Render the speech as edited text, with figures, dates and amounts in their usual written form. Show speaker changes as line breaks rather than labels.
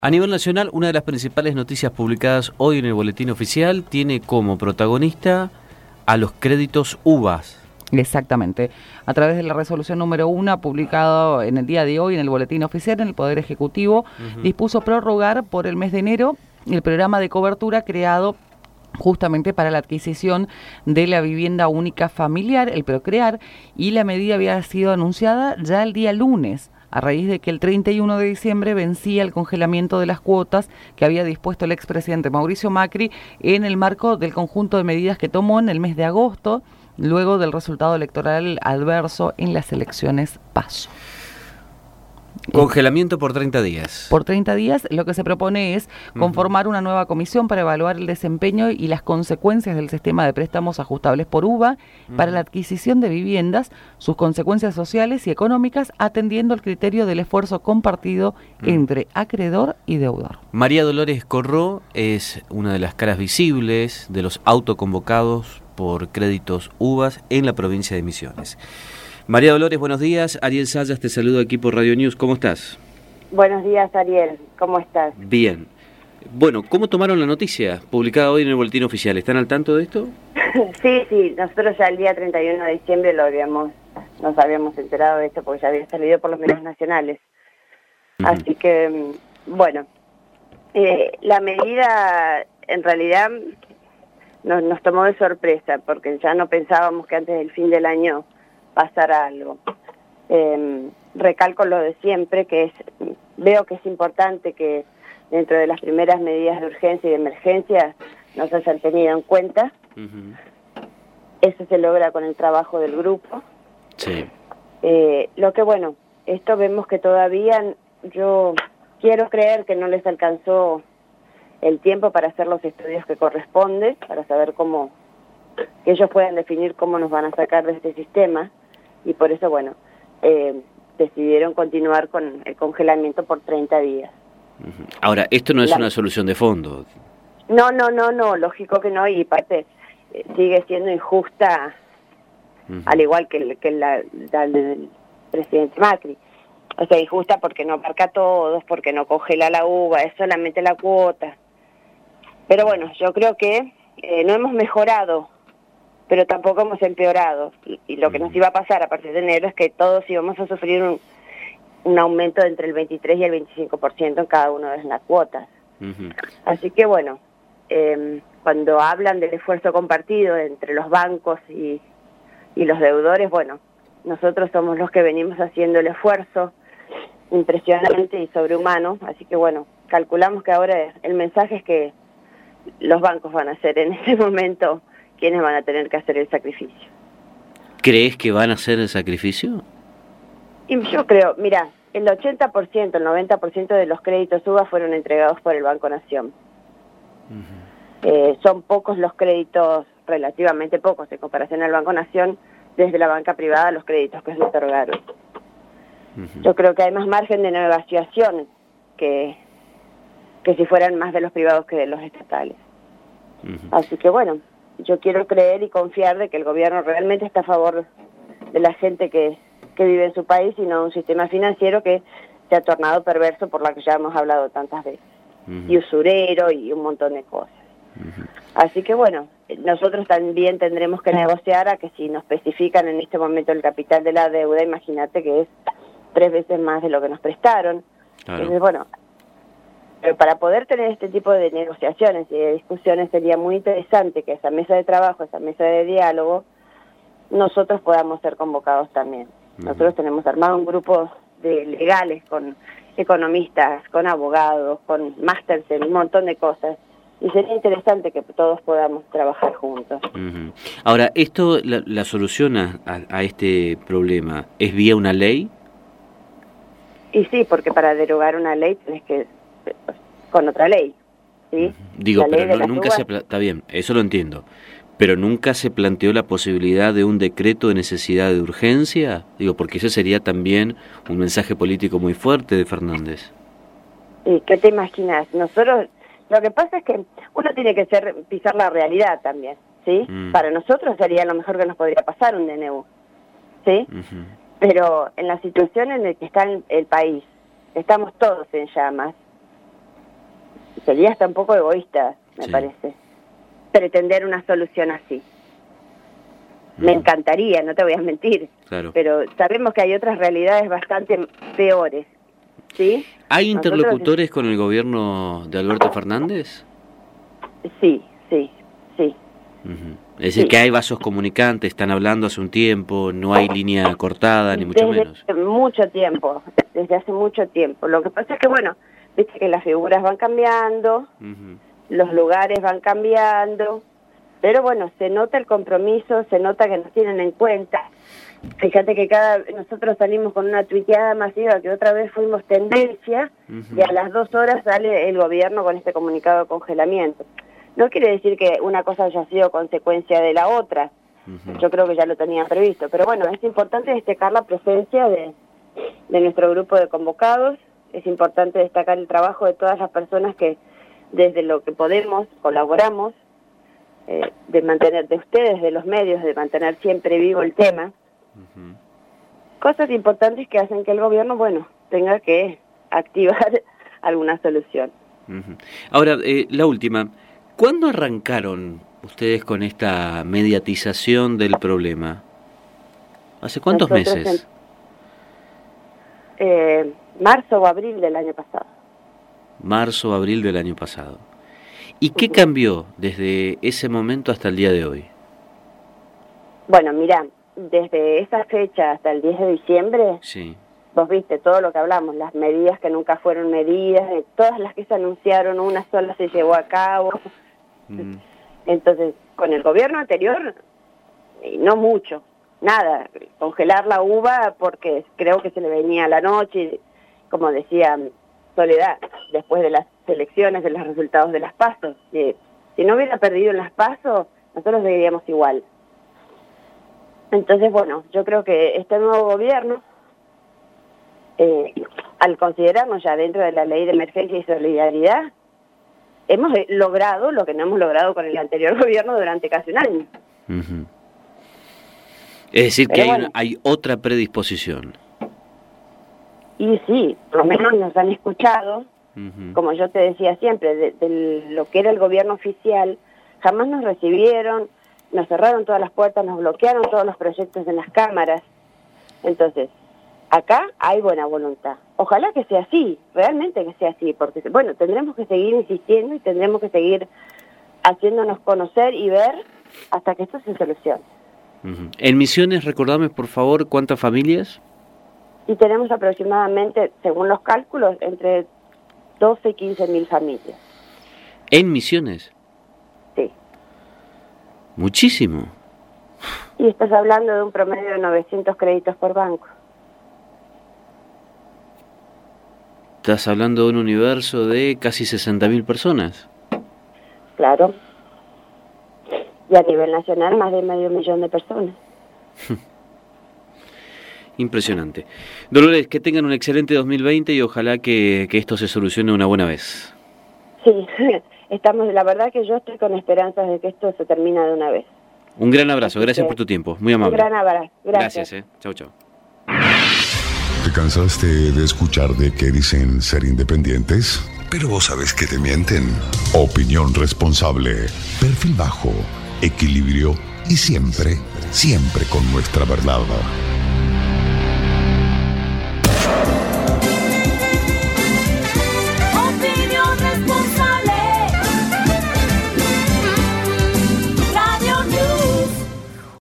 A nivel nacional, una de las principales noticias publicadas hoy en el Boletín Oficial tiene como protagonista a los créditos UVAs.
Exactamente. A través de la resolución número 1, publicado en el día de hoy en el Boletín Oficial, en el Poder Ejecutivo, dispuso prorrogar por el mes de enero el programa de cobertura creado justamente para la adquisición de la vivienda única familiar, el Procrear, y la medida había sido anunciada ya el día lunes, a raíz de que el 31 de diciembre vencía el congelamiento de las cuotas que había dispuesto el expresidente Mauricio Macri en el marco del conjunto de medidas que tomó en el mes de agosto, luego del resultado electoral adverso en las elecciones PASO.
Congelamiento por 30 días.
Por 30 días lo que se propone es conformar una nueva comisión para evaluar el desempeño y las consecuencias del sistema de préstamos ajustables por UVA para la adquisición de viviendas, sus consecuencias sociales y económicas, atendiendo el criterio del esfuerzo compartido entre acreedor y deudor.
María Dolores Corró es una de las caras visibles de los autoconvocados por créditos UVAs en la provincia de Misiones. María Dolores, buenos días. Ariel Sayas te saluda aquí por Radio News. ¿Cómo estás?
Buenos días, Ariel. ¿Cómo estás?
Bien. Bueno, ¿cómo tomaron la noticia publicada hoy en el Boletín Oficial? ¿Están al tanto de esto?
Sí. Nosotros ya el día 31 de diciembre nos habíamos enterado de esto porque ya había salido por los medios nacionales. Así que, bueno, la medida en realidad nos tomó de sorpresa porque ya no pensábamos que antes del fin del año pasara algo. Recalco lo de siempre, veo que es importante que dentro de las primeras medidas de urgencia y de emergencia nos hayan tenido en cuenta. Eso se logra con el trabajo del grupo.
Sí.
Lo que bueno, esto vemos que todavía yo quiero creer que no les alcanzó el tiempo para hacer los estudios que corresponde, para saber que ellos puedan definir cómo nos van a sacar de este sistema, y por eso, bueno, decidieron continuar con el congelamiento por 30 días.
Ahora, esto no es una solución de fondo.
No, lógico que no, y parte sigue siendo injusta, al igual que la del presidente Macri. O sea, injusta porque no abarca a todos, porque no congela la uva, es solamente la cuota. Pero bueno, yo creo que no hemos mejorado, pero tampoco hemos empeorado. Y lo que nos iba a pasar a partir de enero es que todos íbamos a sufrir un aumento de entre el 23 y el 25% en cada una de las cuotas. Así que bueno, cuando hablan del esfuerzo compartido entre los bancos y los deudores, bueno, nosotros somos los que venimos haciendo el esfuerzo impresionante y sobrehumano. Así que bueno, calculamos que ahora el mensaje es que los bancos van a ser en este momento quienes van a tener que hacer el sacrificio.
¿Crees que van a hacer el sacrificio?
Y yo creo, mira, el 80%, el 90% de los créditos UVA fueron entregados por el Banco Nación. Son pocos los créditos, relativamente pocos en comparación al Banco Nación, desde la banca privada los créditos que se otorgaron. Yo creo que hay más margen de negociación que si fueran más de los privados que de los estatales. Así que bueno, yo quiero creer y confiar de que el gobierno realmente está a favor de la gente que vive en su país y no un sistema financiero que se ha tornado perverso, por la que ya hemos hablado tantas veces, y usurero y un montón de cosas. Así que bueno, nosotros también tendremos que negociar a que si nos especifican en este momento el capital de la deuda, imagínate que es 3 veces más de lo que nos prestaron.
Claro.
Entonces bueno, pero para poder tener este tipo de negociaciones y de discusiones sería muy interesante que esa mesa de trabajo, esa mesa de diálogo, nosotros podamos ser convocados también. Nosotros tenemos armado un grupo de legales con economistas, con abogados, con másters en un montón de cosas, y sería interesante que todos podamos trabajar juntos.
Ahora, ¿esto, la solución a este problema, es vía una ley?
Y sí, porque para derogar una ley tenés que con otra ley, ¿sí?
Digo, pero nunca está bien, eso lo entiendo, pero nunca se planteó la posibilidad de un decreto de necesidad de urgencia, digo, porque ese sería también un mensaje político muy fuerte de Fernández.
¿Y qué te imaginas? Nosotros, lo que pasa es que uno tiene que pisar la realidad también, ¿sí? Para nosotros sería lo mejor que nos podría pasar un DNU, ¿sí? Pero en la situación en la que está el país, estamos todos en llamas, sería hasta un poco egoísta, me parece, pretender una solución así. Me encantaría, no te voy a mentir, pero sabemos que hay otras realidades bastante peores, ¿sí?
¿Hay interlocutores con el gobierno de Alberto Fernández?
Sí.
Es decir, que hay vasos comunicantes, están hablando hace un tiempo, no hay línea cortada, ni mucho menos.
Desde hace mucho tiempo. Lo que pasa es que, bueno, viste que las figuras van cambiando, los lugares van cambiando, pero bueno, se nota el compromiso, se nota que nos tienen en cuenta. Fíjate que nosotros salimos con una tuiteada masiva que otra vez fuimos tendencia, y a las 2 horas sale el gobierno con este comunicado de congelamiento. No quiere decir que una cosa haya sido consecuencia de la otra, yo creo que ya lo tenían previsto, pero bueno, es importante destacar la presencia de nuestro grupo de convocados, es importante destacar el trabajo de todas las personas que desde lo que podemos colaboramos, de ustedes, de los medios, de mantener siempre vivo el tema. Cosas importantes que hacen que el gobierno, bueno, tenga que activar alguna solución.
Ahora, la última, ¿cuándo arrancaron ustedes con esta mediatización del problema? ¿Hace cuántos meses?
Marzo o abril del año pasado.
Marzo o abril del año pasado. ¿Y qué cambió desde ese momento hasta el día de hoy?
Bueno, mirá, desde esa fecha hasta el 10 de diciembre, vos viste todo lo que hablamos, las medidas que nunca fueron medidas, todas las que se anunciaron, una sola se llevó a cabo. Entonces, con el gobierno anterior, no mucho, nada, congelar la uva porque creo que se le venía a la noche, como decía Soledad, después de las elecciones, de los resultados de las PASO. Si no hubiera perdido en las PASO, nosotros seguiríamos igual. Entonces, bueno, yo creo que este nuevo gobierno, al considerarnos ya dentro de la ley de emergencia y solidaridad, hemos logrado lo que no hemos logrado con el anterior gobierno durante casi un año.
Es decir, que hay otra predisposición.
Y sí, por lo menos nos han escuchado, como yo te decía siempre, de lo que era el gobierno oficial, jamás nos recibieron, nos cerraron todas las puertas, nos bloquearon todos los proyectos en las cámaras. Entonces, acá hay buena voluntad. Ojalá que sea así, realmente que sea así, porque, bueno, tendremos que seguir insistiendo y tendremos que seguir haciéndonos conocer y ver hasta que esto se solucione.
En Misiones, recordame, por favor, ¿cuántas familias?
Y tenemos aproximadamente, según los cálculos, entre 12 y 15.000 familias.
¿En Misiones?
Sí.
Muchísimo.
Y estás hablando de un promedio de 900 créditos por banco.
Estás hablando de un universo de casi 60.000 personas.
Claro. Y a nivel nacional, más de 500.000 de personas.
Impresionante. Dolores, que tengan un excelente 2020 y ojalá que esto se solucione una buena vez.
Sí, la verdad que yo estoy con esperanzas de que esto se termine de una vez.
Un gran abrazo, gracias por tu tiempo, muy amable.
Un gran abrazo, gracias.
Chau, chau.
¿Te cansaste de escuchar de que dicen ser independientes? Pero vos sabés que te mienten. Opinión responsable, perfil bajo, equilibrio y siempre con nuestra verdad.